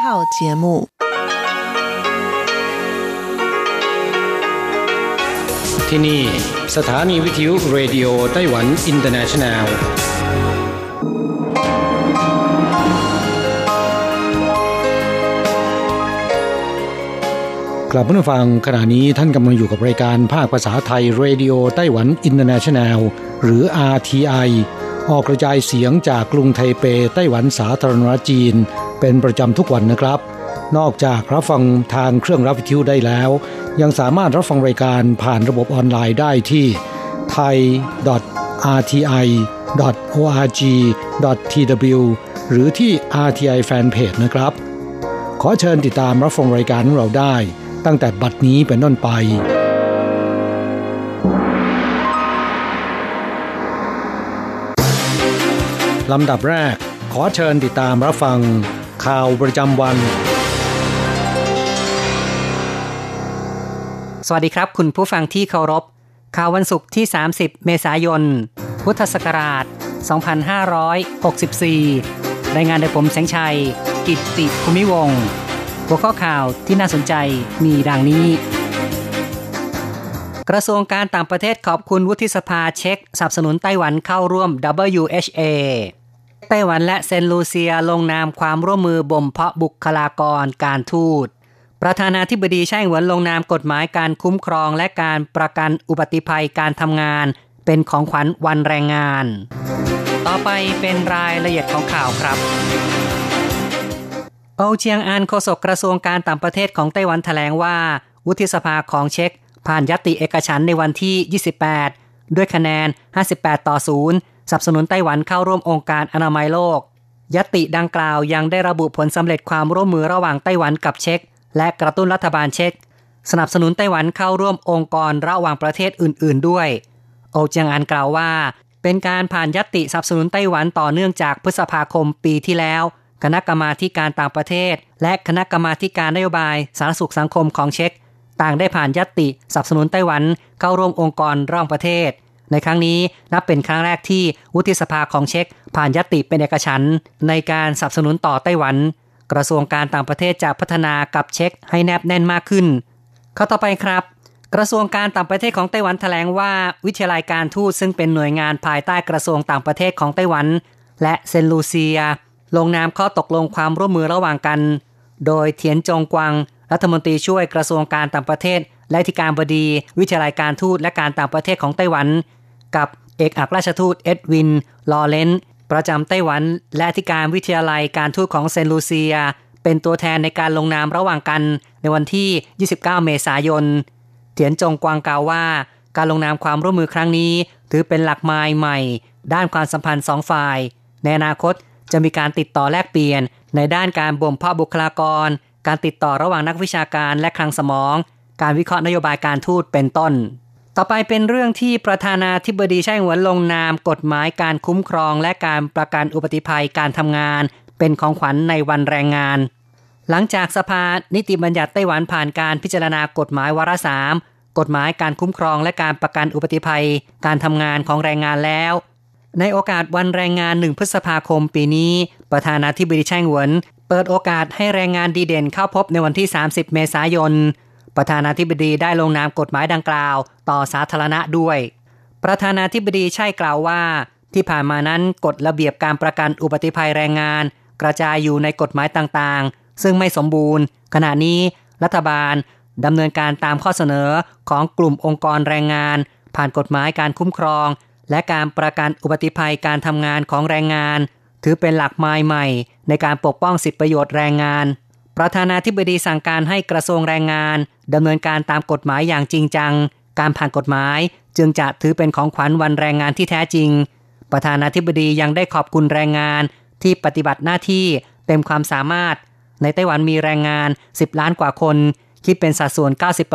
节目ที่นี่สถานีวิทยุเรดิโอไต้หวันอินเตอร์เนชั่นแนลกลับมาฟังขณะนี้ท่านกำลังอยู่กับรายการภาคภาษาไทยเรดิโอไต้หวันอินเตอร์เนชั่นแนลหรือ RTI ออกกระจายเสียงจากกรุงไทเปไต้หวันสาธารณรัฐจีนเป็นประจำทุกวันนะครับนอกจากรับฟังทางเครื่องรับวิทยุได้แล้วยังสามารถรับฟังรายการผ่านระบบออนไลน์ได้ที่ thai.rti.org.tw หรือที่ RTI Fanpage นะครับขอเชิญติดตามรับฟังรายการของเราได้ตั้งแต่บัดนี้เป็นต้นไปลำดับแรกขอเชิญติดตามรับฟังข่าวประจำวันสวัสดีครับคุณผู้ฟังที่เคารพข่าววันศุกร์ที่30เมษายนพุทธศักราช2564รายงานโดยผมแสงชัยกิตติภูมิวงศ์หัวข้อข่าวที่น่าสนใจมีดังนี้กระทรวงการต่างประเทศขอบคุณวุฒิสภาเช็กสนับสนุนไต้หวันเข้าร่วม WHA ไต้หวันและเซนต์ลูเซียลงนามความร่วมมือบ่มเพาะบุคลากรการทูตประธานาธิบดีไช่เหวินลงนามกฎหมายการคุ้มครองและการประกันอุบัติภัยการทำงานเป็นของขวัญวันแรงงานต่อไปเป็นรายละเอียดของข่าวครับโอเจียงอันโฆษกกระทรวงการต่างประเทศของไต้หวันแถลงว่าวุฒิสภาของเช็กผ่านญัตติเอกฉันท์ในวันที่28ด้วยคะแนน58-0สนับสนุนไต้หวันเข้าร่วมองค์การอนามัยโลกญัตติดังกล่าวยังได้ระบุผลสำเร็จความร่วมมือระหว่างไต้หวันกับเช็กและกระตุ้นรัฐบาลเช็กสนับสนุนไต้หวันเข้าร่วมองค์กรระหว่างประเทศอื่นๆด้วยโอเจียงอันกล่าวว่าเป็นการผ่านญัตติสนับสนุนไต้หวันต่อเนื่องจากพฤษภาคมปีที่แล้วคณะกรรมาธิการต่างประเทศและคณะกรรมาธิการนโยบายสาธารณสุขสังคมของเช็กต่างได้ผ่านญัตติสนับสนุนไต้หวันเข้าร่วมองค์กรระหว่างประเทศในครั้งนี้นับเป็นครั้งแรกที่วุฒิสภาของเช็กผ่านญัตติเป็นเอกฉันท์ในการสนับสนุนต่อไต้หวันกระทรวงการต่างประเทศจะพัฒนากับเช็กให้แนบแน่นมากขึ้นข้อต่อไปครับกระทรวงการต่างประเทศของไต้หวันแถลงว่าวิทยาลัยการทูตซึ่งเป็นหน่วยงานภายใต้กระทรวงต่างประเทศของไต้หวันและเซนต์ลูเซียลงนามข้อตกลงความร่วมมือระหว่างกันโดยเถียนจงกวางรัฐมนตรีช่วยกระทรวงการต่างประเทศและอธิการบดีวิทยาลัยการทูตและการต่างประเทศของไต้หวันกับเอกอัครราชทูตเอ็ดวินลอเรนซ์ประจำไต้หวันและอธิการวิทยาลัยการทูตของเซนต์ลูเซียเป็นตัวแทนในการลงนามระหว่างกันในวันที่29เมษายนเถียนจงกวางกล่าวว่าการลงนามความร่วมมือครั้งนี้ถือเป็นหลักไมล์ใหม่ด้านความสัมพันธ์2ฝ่ายในอนาคตจะมีการติดต่อแลกเปลี่ยนในด้านการบ่มเพาะบุคลากรการติดต่อระหว่างนักวิชาการและคลังสมองการวิเคราะห์นโยบายการทูตเป็นต้นต่อไปเป็นเรื่องที่ประธานาธิบดีไช่เหวินลงนามกฎหมายการคุ้มครองและการประกันอุบัติภัยการทำงานเป็นของขวัญในวันแรงงานหลังจากสภานิติบัญญัติไต้หวันผ่านการพิจารณากฎหมายวาระ3กฎหมายการคุ้มครองและการประกันอุบัติภัยการทำงานของแรงงานแล้วในโอกาสวันแรงงาน1พฤษภาคมปีนี้ประธานาธิบดีไช่เหวินเปิดโอกาสให้แรงงานดีเด่นเข้าพบในวันที่30เมษายนประธานาธิบดีได้ลงนามกฎหมายดังกล่าวต่อสาธารณะด้วยประธานาธิบดีไช่กล่าวว่าที่ผ่านมานั้นกฎระเบียบการประกันอุบัติภัยแรงงานกระจายอยู่ในกฎหมายต่างๆซึ่งไม่สมบูรณ์ขณะนี้รัฐบาลดำเนินการตามข้อเสนอของกลุ่มองค์กรแรงงานผ่านกฎหมายการคุ้มครองและการประกันอุบัติภัยการทำงานของแรงงานถือเป็นหลักไมล์ใหม่ในการปกป้องสิทธิประโยชน์แรงงานประธานาธิบดีสั่งการให้กระทรวงแรงงานดำเนินการตามกฎหมายอย่างจริงจังการผ่านกฎหมายจึงจะถือเป็นของขวัญวันแรงงานที่แท้จริงประธานาธิบดียังได้ขอบคุณแรงงานที่ปฏิบัติหน้าที่เต็มความสามารถในไต้หวันมีแรงงาน10ล้านกว่าคนคิดเป็นสัดส่วน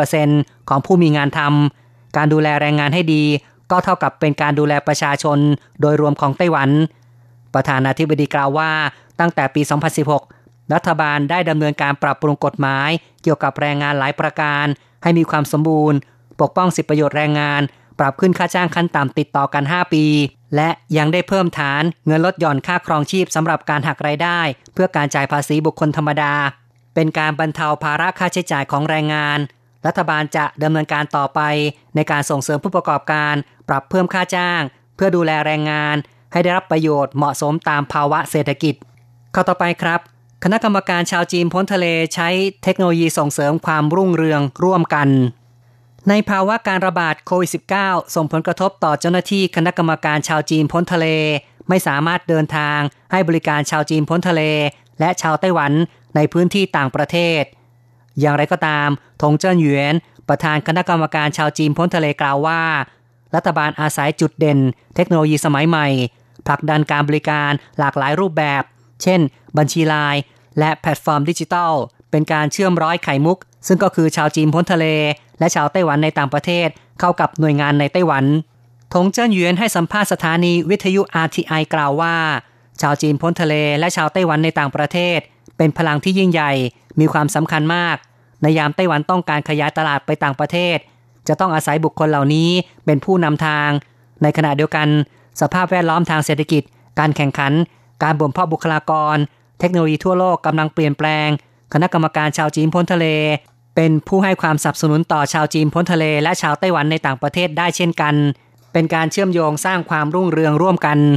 90% ของผู้มีงานทำการดูแลแรงงานให้ดีก็เท่ากับเป็นการดูแลประชาชนโดยรวมของไต้หวันประธานาธิบดีกล่าวว่าตั้งแต่ปี 2016 รัฐบาลได้ดำเนินการปรับปรุงกฎหมายเกี่ยวกับแรงงานหลายประการให้มีความสมบูรณ์ปกป้องสิทธิประโยชน์แรงงานปรับขึ้นค่าจ้างขั้นต่ำติดต่อกัน5ปีและยังได้เพิ่มฐานเงินลดหย่อนค่าครองชีพสำหรับการหักรายได้เพื่อการจ่ายภาษีบุคคลธรรมดาเป็นการบรรเทาภาระค่าใช้จ่ายของแรงงานรัฐบาลจะดำเนินการต่อไปในการส่งเสริมผู้ประกอบการปรับเพิ่มค่าจ้างเพื่อดูแลแรงงานให้ได้รับประโยชน์เหมาะสมตามภาวะเศรษฐกิจข้อต่อไปครับคณะกรรมการชาวจีนพ้นทะเลใช้เทคโนโลยีส่งเสริมความรุ่งเรืองร่วมกันในภาวะการระบาดโควิด -19 ส่งผลกระทบต่อเจ้าหน้าที่คณะกรรมการชาวจีนพ้นทะเลไม่สามารถเดินทางให้บริการชาวจีนพ้นทะเลและชาวไต้หวันในพื้นที่ต่างประเทศอย่างไรก็ตามถงเจิ้นหยวนประธานคณะกรรมการชาวจีนพ้นทะเลกล่าวว่ารัฐบาลอาศัยจุดเด่นเทคโนโลยีสมัยใหม่ผลักดันการบริการหลากหลายรูปแบบเช่นบัญชีไลน์และแพลตฟอร์มดิจิทัลเป็นการเชื่อมร้อยไข่มุกซึ่งก็คือชาวจีนพ้นทะเลและชาวไต้หวันในต่างประเทศเข้ากับหน่วยงานในไต้หวันถงเจิ้นหยวนให้สัมภาษณ์สถานีวิทยุ RTI กล่าวว่าชาวจีนพ้นทะเลและชาวไต้หวันในต่างประเทศเป็นพลังที่ยิ่งใหญ่มีความสำคัญมากในยามไต้หวันต้องการขยายตลาดไปต่างประเทศจะต้องอาศัยบุคคลเหล่านี้เป็นผู้นำทางในขณะเดียวกันสภาพแวดล้อมทางเศรษฐกิจการแข่งขันการบ่มเพาะบุคลากรเทคโนโลยีทั่วโลกกำลังเปลี่ยนแปลงคณะกรรมการชาวจีนพ้นทะเลเป็นผู้ให้ความสนับสนุนต่อชาวจีนพ้นทะเลและชาวไต้หวันในต่างประเทศได้เช่นกันเป็นการเชื่อมโยงสร้างความรุ่งเรืองร่วมกัน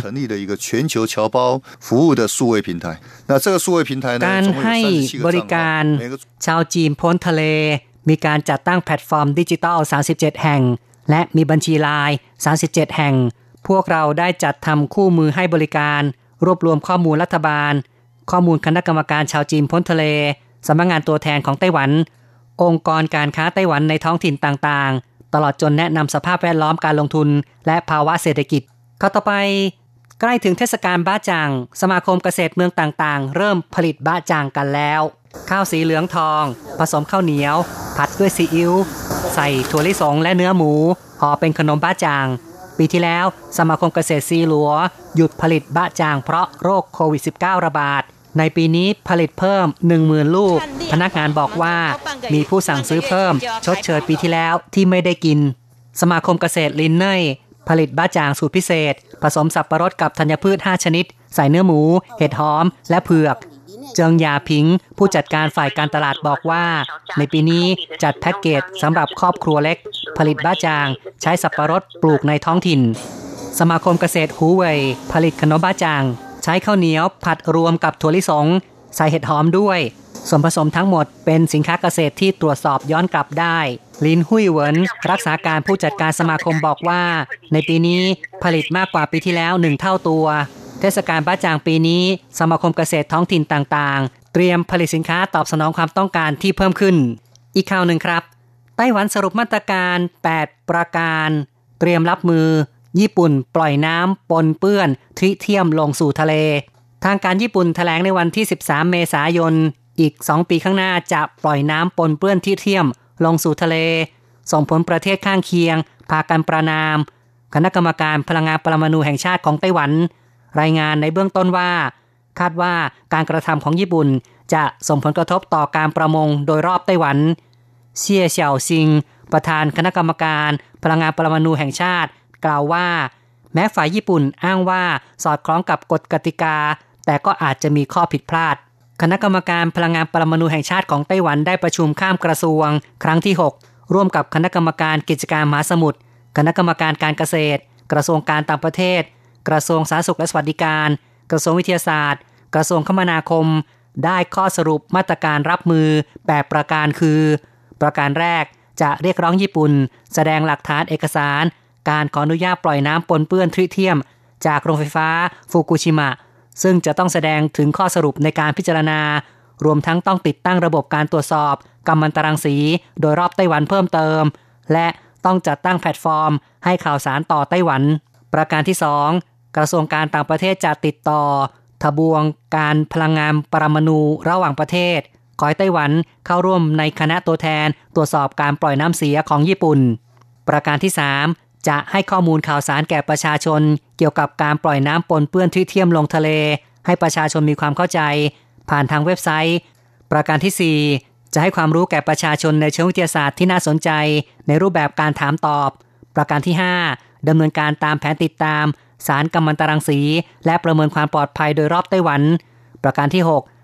การให้บริการชาวจีนพ้นทะเลมีการจัดตั้งแพลตฟอร์มดิจิทัล37แห่งและมีบัญชีไลน์37แห่งพวกเราได้จัดทำคู่มือให้บริการรวบรวมข้อมูลรัฐบาลข้อมูลคณะกรรมการชาวจีนพ้นทะเลสำนักงานตัวแทนของไต้หวันองค์กรการค้าไต้หวันในท้องถิ่นต่างๆตลอดจนแนะนำสภาพแวดล้อมการลงทุนและภาวะเศรษฐกิจข้อต่อไปใกล้ถึงเทศกาลบ้าจ่างสมาคมเกษตรเมืองต่างๆเริ่มผลิตบ้าจ่างกันแล้วข้าวสีเหลืองทองผสมข้าวเหนียวผัดด้วยซีอิ๊วใส่ถั่วลิสงและเนื้อหมูห่อเป็นขนมบ้าจ่างปีที่แล้วสมาคมเกษตรซีหลัวหยุดผลิตบ้าจ่างเพราะโรคโควิด -19 ระบาดในปีนี้ผลิตเพิ่ม 10,000 ลูกพนักงานบอกว่ามีผู้สั่งซื้อเพิ่มชดเชยปีที่แล้วที่ไม่ได้กินสมาคมเกษตรลินเน่ยผลิตบ้าจ่างสูตรพิเศษผสมสับปะรดกับธัญพืช5ชนิดใส่เนื้อหมูเห็ดหอมและเผือกเจิงหยาผิงผู้จัดการฝ่ายการตลาดบอกว่าในปีนี้จัดแพ็กเกจสำหรับครอบครัวเล็กผลิตบ้าจ่างใช้สับปะรดปลูกในท้องถิ่นสมาคมเกษตรหูเว่ยผลิตขนมบ้าจ่างใช้ข้าวเหนียวผัดรวมกับถั่วลิสงใส่เห็ดหอมด้วยส่วนผสมทั้งหมดเป็นสินค้าเกษตรที่ตรวจสอบย้อนกลับได้ลินหุยเหวินรักษาการผู้จัดการสมาคมบอกว่าในปีนี้ผลิตมากกว่าปีที่แล้ว1เท่าตัวเทศกาลบ้าจ่างปีนี้สมาคมเกษตรท้องถิ่นต่างๆเตรียมผลิตสินค้าตอบสนองความต้องการที่เพิ่มขึ้นอีกข่าวหนึ่งครับไต้หวันสรุปมาตรการ8ประการเตรียมรับมือญี่ปุ่นปล่อยน้ำปนเปื้อนทริเทียมลงสู่ทะเลทางการญี่ปุ่นแถลงในวันที่13เมษายนอีก2ปีข้างหน้าจะปล่อยน้ำปนเปื้อนทริเทียมลงสู่ทะเลส่งผลประเทศข้างเคียงพากันประณามคณะกรรมการพลังงานปรมาณูแห่งชาติของไต้หวันรายงานในเบื้องต้นว่าคาดว่าการกระทำของญี่ปุ่นจะส่งผลกระทบต่อการประมงโดยรอบไต้หวันเซี่ยเสี่ยวซิงประธานคณะกรรมการพลังงานปรมาณูแห่งชาติกล่าวว่าแม้ฝ่ายญี่ปุ่นอ้างว่าสอดคล้องกับกฎกติกาแต่ก็อาจจะมีข้อผิดพลาดคณะกรรมการพลังงานปรมาณูแห่งชาติของไต้หวันได้ประชุมข้ามกระทรวงครั้งที่6ร่วมกับคณะกรรมการกิจการมหาสมุทรคณะกรรมการการเกษตรกระทรวงการต่างประเทศกระทรวงสาธารณสุขและสวัสดิการกระทรวงวิทยาศาสตร์กระทรวงคมนาคมได้ข้อสรุปมาตรการรับมือ8ประการคือประการแรกจะเรียกร้องญี่ปุ่นแสดงหลักฐานเอกสารการขออนุญาตปล่อยน้ำปนเปื้อนทริเทียมจากโรงไฟฟ้าฟุกุชิมะซึ่งจะต้องแสดงถึงข้อสรุปในการพิจารณารวมทั้งต้องติดตั้งระบบการตรวจสอบกัมมันตรังสีโดยรอบไต้หวันเพิ่มเติมและต้องจัดตั้งแพลตฟอร์มให้ข่าวสารต่อไต้หวันประการที่2กระทรวงการต่างประเทศจะติดต่อทบวงการพลังงานปรมาณูระหว่างประเทศขอให้ไต้หวันเข้าร่วมในคณะตัวแทนตรวจสอบการปล่อยน้ำเสียของญี่ปุ่นประการที่3จะให้ข้อมูลข่าวสารแก่ประชาชนเกี่ยวกับการปล่อยน้ำปนเปื้อนทริเทียมลงทะเลให้ประชาชนมีความเข้าใจผ่านทางเว็บไซต์ประการที่4จะให้ความรู้แก่ประชาชนในเชิงวิทยาศาสตร์ที่น่าสนใจในรูปแบบการถามตอบประการที่5ดำเนินการตามแผนติดตามสารกัมมันตรังสีและประเมินความปลอดภัยโดยรอบไต้หวันประการที่6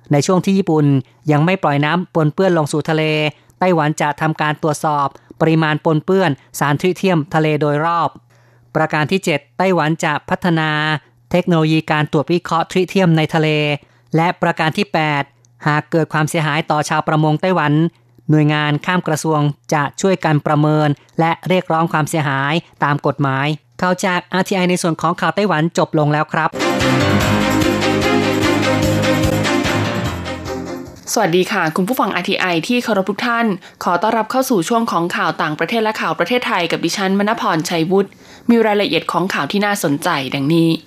ในช่วงที่ญี่ปุ่นยังไม่ปล่อยน้ำปนเปื้อนลงสู่ทะเลไต้หวันจะทำการตรวจสอบปริมาณปนเปื้อนสารทริเทียมทะเลโดยรอบประการที่ 7 ไต้หวันจะพัฒนาเทคโนโลยีการตรวจวิเคราะห์ทริเทียมในทะเลและประการที่ 8 หากเกิดความเสียหายต่อชาวประมงไต้หวันหน่วยงานข้ามกระทรวงจะช่วยกันประเมินและเรียกร้องความเสียหายตามกฎหมายข่าวจาก RTI ในส่วนของข่าวไต้หวันจบลงแล้วครับสวัสดีค่ะคุณผู้ฟัง RTI ที่เคารพทุกท่านขอต้อนรับเข้าสู่ช่วงของข่าวต่างประเทศและข่าวประเทศไทยกับดิฉันมณพรชัยวุฒิมีรายละเอียดของข่าวที่น่าสนใจดังนี้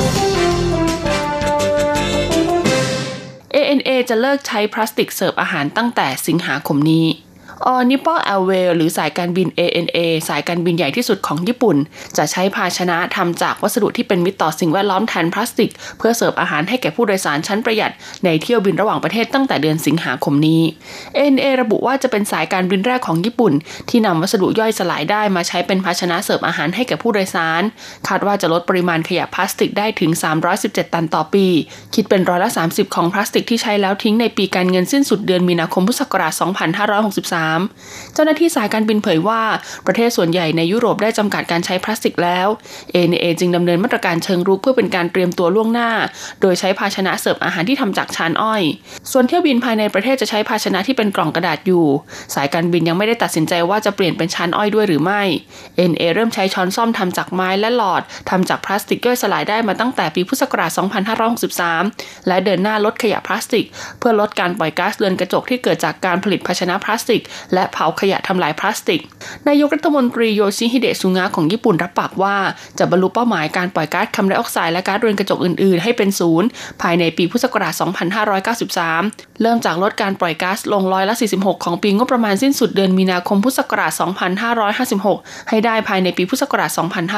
ANA จะเลิกใช้พลาสติกเสิร์ฟอาหารตั้งแต่สิงหาคมนี้Nippon Airways หรือสายการบิน ANA สายการบินใหญ่ที่สุดของญี่ปุ่นจะใช้ภาชนะทำจากวัสดุที่เป็นมิตรต่อสิ่งแวดล้อมแทนพลาสติกเพื่อเสิร์ฟอาหารให้แก่ผู้โดยสารชั้นประหยัดในเที่ยวบินระหว่างประเทศตั้งแต่เดือนสิงหาคมนี้ ANA ระบุว่าจะเป็นสายการบินแรกของญี่ปุ่นที่นำวัสดุย่อยสลายได้มาใช้เป็นภาชนะเสิร์ฟอาหารให้แก่ผู้โดยสารคาดว่าจะลดปริมาณขยะพลาสติกได้ถึง317ตันต่อปีคิดเป็น30%ของพลาสติกที่ใช้แล้วทิ้งในปีการเงินสิ้นสุดเดือนมีนาคมพุทธศักราช2563เจ้าหน้าที่สายการบินเผยว่าประเทศส่วนใหญ่ในยุโรปได้จำกัดการใช้พลาสติกแล้ว ANA จึงดำเนินมาตรการเชิงรุกเพื่อเป็นการเตรียมตัวล่วงหน้าโดยใช้ภาชนะเสิร์ฟอาหารที่ทำจากชานอ้อยส่วนเที่ยวบินภายในประเทศจะใช้ภาชนะที่เป็นกล่องกระดาษอยู่สายการบินยังไม่ได้ตัดสินใจว่าจะเปลี่ยนเป็นชานอ้อยด้วยหรือไม่ ANA เริ่มใช้ช้อนส้อมทำจากไม้และหลอดทำจากพลาสติกย่อยสลายได้มาตั้งแต่ปีพุทธศักราช2563และเดินหน้าลดขยะพลาสติกเพื่อลดการปล่อยก๊าซเรือนกระจกที่เกิดจากการผลิตภาชนะพลาสติกและเผาขยะทำลายพลาสติกนายกรัฐมนตรีโยชิฮิเดะซุงะของญี่ปุ่นรับปากว่าจะบรรลุเป้าหมายการปล่อยก๊าซคาร์บอนไดออกไซด์และก๊าซเรือนกระจกอื่นๆให้เป็นศูนย์ภายในปีพุทธศักราช2593เริ่มจากลดการปล่อยก๊าซลง46%ของปีงบประมาณสิ้นสุดเดือนมีนาคมพุทธศักราช2556ให้ได้ภายในปีพุทธศักราช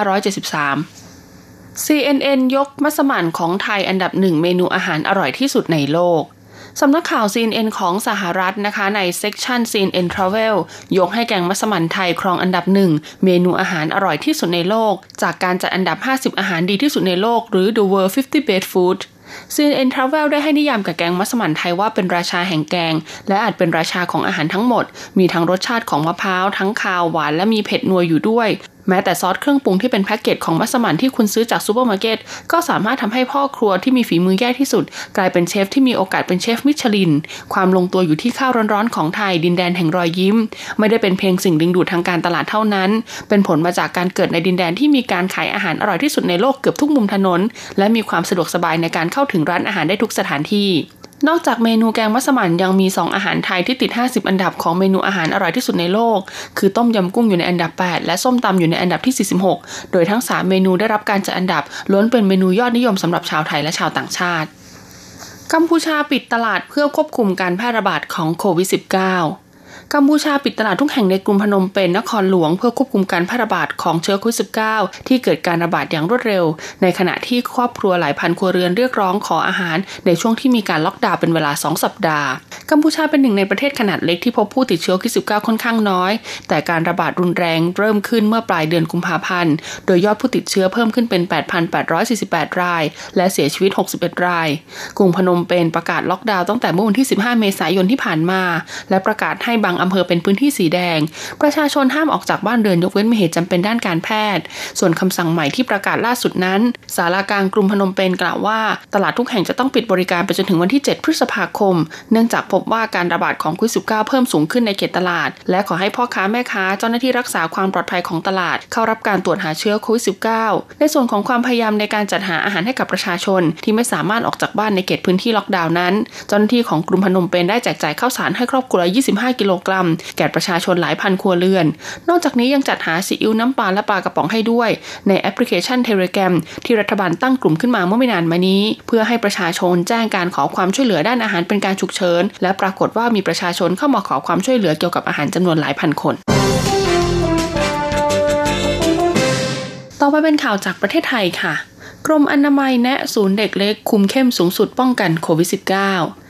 2573 CNN ยกมัสมั่นของไทยอันดับ1เมนูอาหารอร่อยที่สุดในโลกสำนักข่าว CNN ของสหรัฐนะคะในเซกชัน CNN Travel ยกให้แกงมัสมั่นไทยครองอันดับ1เมนูอาหารอร่อยที่สุดในโลกจากการจัดอันดับ50อาหารดีที่สุดในโลกหรือ The World 50 Best Food CNN Travel ได้ให้นิยามกับแกงมัสมั่นไทยว่าเป็นราชาแห่งแกงและอาจเป็นราชาของอาหารทั้งหมดมีทั้งรสชาติของมะพร้าวทั้งคาวหวานและมีเผ็ดนัวอยู่ด้วยแม้แต่ซอสเครื่องปรุงที่เป็นแพ็กเกจของมัสมั่นที่คุณซื้อจากซูเปอร์มาร์เก็ตก็สามารถทำให้พ่อครัวที่มีฝีมือแย่ที่สุดกลายเป็นเชฟที่มีโอกาสเป็นเชฟมิชลินความลงตัวอยู่ที่ข้าวร้อนๆของไทยดินแดนแห่งรอยยิ้มไม่ได้เป็นเพียงสิ่งดึงดูดทางการตลาดเท่านั้นเป็นผลมาจากการเกิดในดินแดนที่มีการขายอาหารอร่อยที่สุดในโลกเกือบทุกมุมถนนและมีความสะดวกสบายในการเข้าถึงร้านอาหารได้ทุกสถานที่นอกจากเมนูแกงมัสมั่นยังมี2อาหารไทยที่ติด50อันดับของเมนูอาหารอร่อยที่สุดในโลกคือต้มยำกุ้งอยู่ในอันดับ8และส้มตำอยู่ในอันดับที่46โดยทั้ง3เมนูได้รับการจัดอันดับล้วนเป็นเมนูยอดนิยมสำหรับชาวไทยและชาวต่างชาติกัมพูชาปิดตลาดเพื่อควบคุมการแพร่ระบาดของโควิด -19กัมพูชาปิดตลาดทุกแห่งในกรุงพนมเปญนครหลวงเพื่อควบคุมการแพร่ระบาดของเชื้อโควิด -19 ที่เกิดการระบาดอย่างรวดเร็วในขณะที่ครอบครัวหลายพันครัวเรือนเรียกร้องขออาหารในช่วงที่มีการล็อกดาวน์เป็นเวลา2สัปดาห์กัมพูชาเป็นหนึ่งในประเทศขนาดเล็กที่พบผู้ติดเชื้อโควิด -19 ค่อนข้างน้อยแต่การระบาดรุนแรงเริ่มขึ้นเมื่อปลายเดือนกุมภาพันธ์โดยยอดผู้ติดเชื้อเพิ่มขึ้นเป็น 8,848 รายและเสียชีวิต61รายกรุงพนมเปญประกาศล็อกดาวน์ตั้งแต่เมื่อวันที่15เมษายนที่ผ่านมาและประกาศให้บางอำเภอเป็นพื้นที่สีแดงประชาชนห้ามออกจากบ้านเรือนยกเว้นมีเหตุจำเป็นด้านการแพทย์ส่วนคำสั่งใหม่ที่ประกาศล่าสุดนั้นศาลากลางกรุงพนมเปญกล่าวว่าตลาดทุกแห่งจะต้องปิดบริการไปจนถึงวันที่7พฤษภาคมเนื่องจากพบว่าการระบาดของโควิด -19 เพิ่มสูงขึ้นในเขตตลาดและขอให้พ่อค้าแม่ค้าเจ้าหน้าที่รักษาความปลอดภัยของตลาดเข้ารับการตรวจหาเชื้อโควิด -19 ในส่วนของความพยายามในการจัดหาอาหารให้กับประชาชนที่ไม่สามารถออกจากบ้านในเขตพื้นที่ล็อกดาวน์นั้นเจ้าหน้าที่ของกรุงพนมเปญได้แจกจ่ายข้าวสารให้ครอบครัวละ25กิโลกรัมแก่ประชาชนหลายพันครัวเรือนนอกจากนี้ยังจัดหาซีอิ๊วน้ำปลาและปลากระป๋องให้ด้วยในแอปพลิเคชัน Telegram ที่รัฐบาลตั้งกลุ่มขึ้นมาเมื่อไม่นานมานี้เพื่อให้ประชาชนแจ้งการขอความช่วยเหลือด้านอาหารเป็นการฉุกเฉินและปรากฏว่ามีประชาชนเข้ามาขอความช่วยเหลือเกี่ยวกับอาหารจำนวนหลายพันคนต่อไปเป็นข่าวจากประเทศไทยค่ะกรมอนามัยแนะศูนย์เด็กเล็กคุมเข้มสูงสุดป้องกันโควิด -19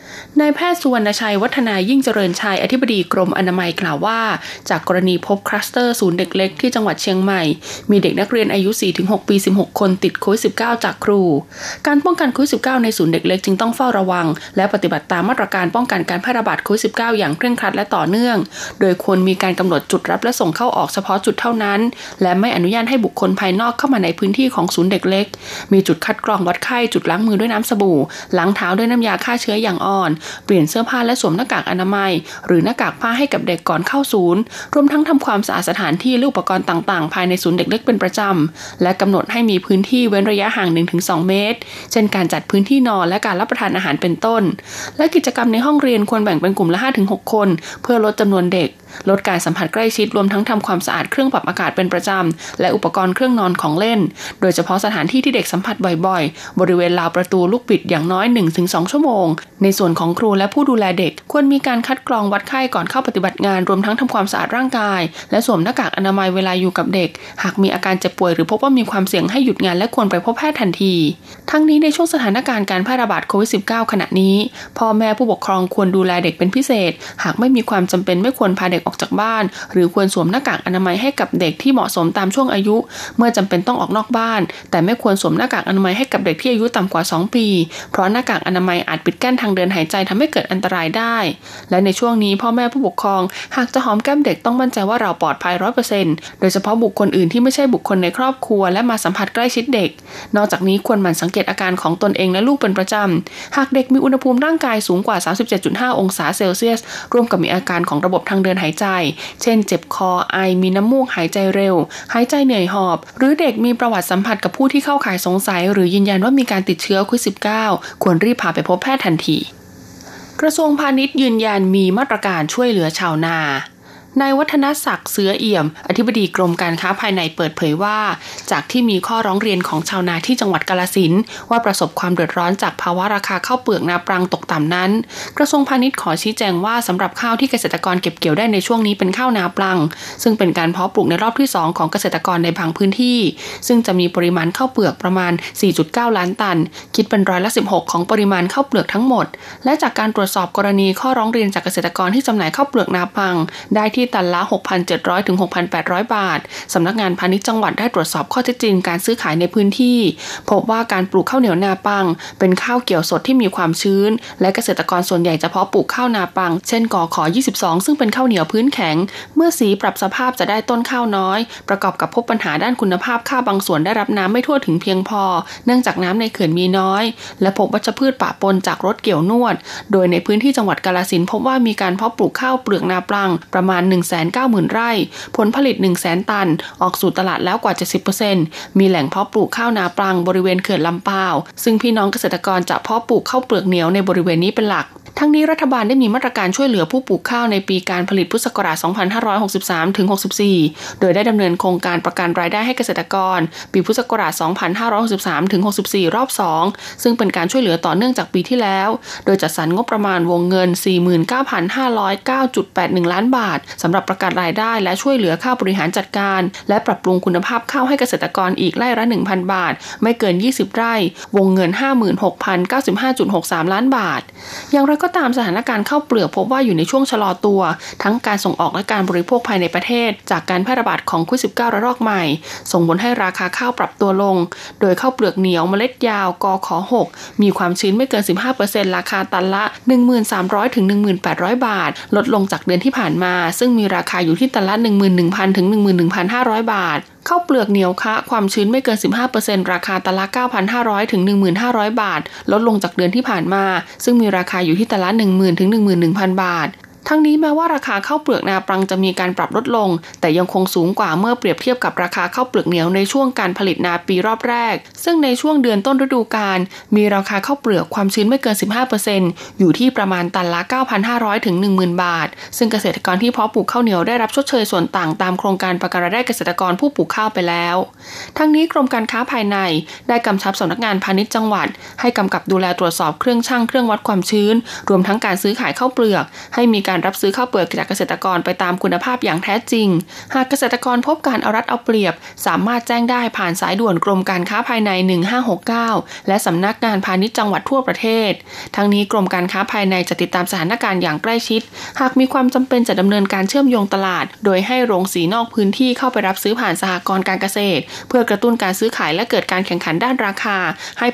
นายแพทย์สุวรรณชัยวัฒนายิ่งเจริญชัยอธิบดีกรมอนามัยกล่าวว่าจากกรณีพบคลัสเตอร์ศูนย์เด็กเล็กที่จังหวัดเชียงใหม่มีเด็กนักเรียนอายุ 4-6 ปี 16 คนติดโควิด -19 จากครูการป้องกันโควิด -19 ในศูนย์เด็กเล็กจึงต้องเฝ้าระวังและปฏิบัติตามมาตรการป้องกันการแพร่ระบาดโควิด -19 อย่างเคร่งครัดและต่อเนื่องโดยควรมีการกำหนดจุดรับและส่งเข้าออกเฉพาะจุดเท่านั้นและไม่อนุญาตให้บุคคลภายนอกเข้ามาในพื้นที่ของศูนย์เด็กเล็กมีจุดคัดกรองวัดไข้จุดล้างมือด้วยน้ำสบู่ล้างเท้าด้วยน้ำยาฆ่าเชื้ออย่างอ่อนเปลี่ยนเสื้อผ้าและสวมหน้ากากอนามัยหรือหน้ากากผ้าให้กับเด็กก่อนเข้าศูนย์รวมทั้งทำความสะอาดสถานที่และอุปกรณ์ต่างๆภายในศูนย์เด็กเล็กเป็นประจำและกำหนดให้มีพื้นที่เว้นระยะห่าง 1-2 เมตรเช่นการจัดพื้นที่นอนและการรับประทานอาหารเป็นต้นและกิจกรรมในห้องเรียนควรแบ่งเป็นกลุ่มละ 5-6 คนเพื่อลดจำนวนเด็กลดการสัมผัสใกล้ชิดรวมทั้งทำความสะอาดเครื่องปรับอากาศเป็นประจำและอุปกรณ์เครื่องนอนของเล่นโดยเฉพาะสถานที่ที่เด็กสัมผัสบ่อยๆบริเวณราวประตูลูกบิดอย่างน้อย 1-2 ชั่วโมงในส่วนของครูและผู้ดูแลเด็กควรมีการคัดกรองวัดไข้ก่อนเข้าปฏิบัติงานรวมทั้งทำความสะอาดร่างกายและสวมหน้ากากอนามัยเวลาอยู่กับเด็กหากมีอาการเจ็บป่วยหรือพบว่ามีความเสี่ยงให้หยุดงานและควรไปพบแพทย์ทันทีทั้งนี้ในช่วงสถานการณ์การแพร่ระบาดโควิด -19 ขณะนี้พ่อแม่ผู้ปกครองควรดูแลเด็กเป็นพิเศษหากไม่มีความจำเป็นไม่ควรพาเด็กออกจากบ้านหรือควรสวมหน้ากากอนามัยให้กับเด็กที่เหมาะสมตามช่วงอายุเมื่อจำเป็นต้องออกนอกบ้านแต่ไม่ควรสวมหน้ากากอนามัยให้กับเด็กที่อายุต่ำกว่า2 ปีเพราะหน้ากากอนามัยอาจปิดกั้นทางเดินหายใจทำให้เกิดอันตรายได้และในช่วงนี้พ่อแม่ผู้ปกครองหากจะหอมแก้มเด็กต้องมั่นใจว่าเราปลอดภัย 100% โดยเฉพาะบุคคลอื่นที่ไม่ใช่บุคคลในครอบครัวและมาสัมผัสใกล้ชิดเด็กนอกจากนี้ควรหมั่นสังเกตอาการของตนเองและลูกเป็นประจำหากเด็กมีอุณหภูมิร่างกายสูงกว่า 37.5 องศาเซลเซียสร่วมกับมีอาการของระบบทางเดินหายใจเช่นเจ็บคอไอมีน้ำมูกหายใจเร็วหายใจเหนื่อยหอบหรือเด็กมีประวัติสัมผัสกับผู้ที่เข้าข่ายสงสัยหรือยืนยันว่ามีการติดเชื้อโควิด -19 ควรรีบพาไปพบแพทย์ทันทีกระทรวงพาณิชย์ยืนยันมีมาตรการช่วยเหลือชาวนานายวัฒนศักดิ์เสือเอี่ยมอธิบดีกรมการค้าภายในเปิดเผยว่าจากที่มีข้อร้องเรียนของชาวนาที่จังหวัดกาฬสินธุ์ว่าประสบความเดือดร้อนจากภาวะราคาข้าวเปลือกนาปรังตกต่ำนั้นกระทรวงพาณิชย์ขอชี้แจงว่าสำหรับข้าวที่เกษตรกรเก็บเกี่ยวได้ในช่วงนี้เป็นข้าวนาปรังซึ่งเป็นการเพาะปลูกในรอบที่2ของเกษตรกรในบางพื้นที่ซึ่งจะมีปริมาณข้าวเปลือกประมาณ 4.9 ล้านตันคิดเป็น16%ของปริมาณข้าวเปลือกทั้งหมดและจากการตรวจสอบกรณีข้อร้องเรียนจากเกษตรกรที่จำหน่ายข้าวเปลือกนาปรังได้ที่ตันละ6,700 ถึง 6,800 บาทสำนักงานพาณิชย์จังหวัดได้ตรวจสอบข้อเท็จจริงการซื้อขายในพื้นที่พบว่าการปลูกข้าวเหนียวนาปังเป็นข้าวเกี่ยวสดที่มีความชื้นและเกษตรกรส่วนใหญ่จะเพาะปลูกข้าวนาปังเช่นกข22ซึ่งเป็นข้าวเหนียวพื้นแข็งเมื่อสีปรับสภาพจะได้ต้นข้าวน้อยประกอบกับพบปัญหาด้านคุณภาพข้าวบางส่วนได้รับน้ำไม่ทั่วถึงเพียงพอเนื่องจากน้ำในเขื่อนมีน้อยและพบวัชพืชปะปนจากรถเกี่ยวนวดโดยในพื้นที่จังหวัดกาฬสินธุ์พบว่ามีการเพาะปลูกข้าวเปลือกนาปังประมาณ 190,000 ไร่ผลผลิต 100,000 ตันออกสู่ตลาดแล้วกว่า 70% มีแหล่งเพาะปลูกข้าวนาปรังบริเวณเขื่อนลำปาวซึ่งพี่น้องเกษตรกรจะเพาะปลูกข้าวเปลือกเหนียวในบริเวณนี้เป็นหลักทั้งนี้รัฐบาลได้มีมาตรการช่วยเหลือผู้ปลูกข้าวในปีการผลิตพุทธศักราช 2563-64 โดยได้ดำเนินโครงการประกันรายได้ให้เกษตรกรปีพุทธศักราช 2563-64 รอบ 2 ซึ่งเป็นการช่วยเหลือต่อเนื่องจากปีที่แล้วโดยจัดสรรงบประมาณวงเงิน 49,509.81 ล้านบาทสำหรับประกันรายได้และช่วยเหลือค่าบริหารจัดการและปรับปรุงคุณภาพข้าวให้เกษตรกรอีกไร่ละ 1,000 บาทไม่เกิน20ไร่วงเงิน 56,095.63 ล้านบาทอย่างไรก็ตามสถานการณ์ข้าวเปลือกพบว่าอยู่ในช่วงชะลอตัวทั้งการส่งออกและการบริโภคภายในประเทศจากการแพร่ระบาดของโควิด -19 ระลอกใหม่ส่งผลให้ราคาข้าวปรับตัวลงโดยข้าวเปลือกเหนียวเมล็ดยาวกข6มีความชื้นไม่เกิน 15% ราคาตันละ 1,300 ถึง 1,800 บาทลดลงจากเดือนที่ผ่านมาซึ่งมีราคาอยู่ที่ตันละ 11,000 ถึง 11,500 บาทข้าวเปลือกเหนียวคะความชื้นไม่เกิน 15% ราคาตันละ 9,500 ถึง 1,500 บาทลดลงจากเดือนที่ผ่านมาซึ่งมีราคาอยู่ที่ตันละ 10,000 ถึง 11,000 บาททั้งนี้แม้ว่าราคาข้าวเปลือกนาปรังจะมีการปรับลดลงแต่ยังคงสูงกว่าเมื่อเปรียบเทียบกับราคาข้าวเปลือกเหนียวในช่วงการผลิตนาปีรอบแรกซึ่งในช่วงเดือนต้นฤดูกาลมีราคาข้าวเปลือกความชื้นไม่เกิน 15% อยู่ที่ประมาณตันละ 9,500 ถึง 10,000 บาทซึ่งเกษตรกรที่เพาะปลูกข้าวเหนียวได้รับชดเชยส่วนต่างตามโครงการประกันรายได้เกษตรกรผู้ปลูกข้าวไปแล้วทั้งนี้กรมการค้าภายในได้กำชับสำนักงานพาณิชย์จังหวัดให้กำกับดูแลตรวจสอบเครื่องชั่งเครื่องวัดความชื้นรวมทั้งการซื้อขายข้าวเปลือกให้มีการการรับซื้อข้าวเปลือกจากเกษตรกรไปตามคุณภาพอย่างแท้จริงหากเกษตรกรพบการเอารัดเอาเปรียบสามารถแจ้งได้ผ่านสายด่วนกรมการค้าภายใน1569และสำนักงานพาณิชย์จังหวัดทั่วประเทศทั้งนี้กรมการค้าภายในจะติดตามสถานการณ์อย่างใกล้ชิดหากมีความจำเป็นจะดำเนินการเชื่อมโยงตลาดโดยให้โรงสีนอกพื้นที่เข้าไปรับซื้อผ่านสหกรณ์การเกษตรเพื่อกระตุ้นการซื้อขายและเกิดการแข่งขันด้านราคาให้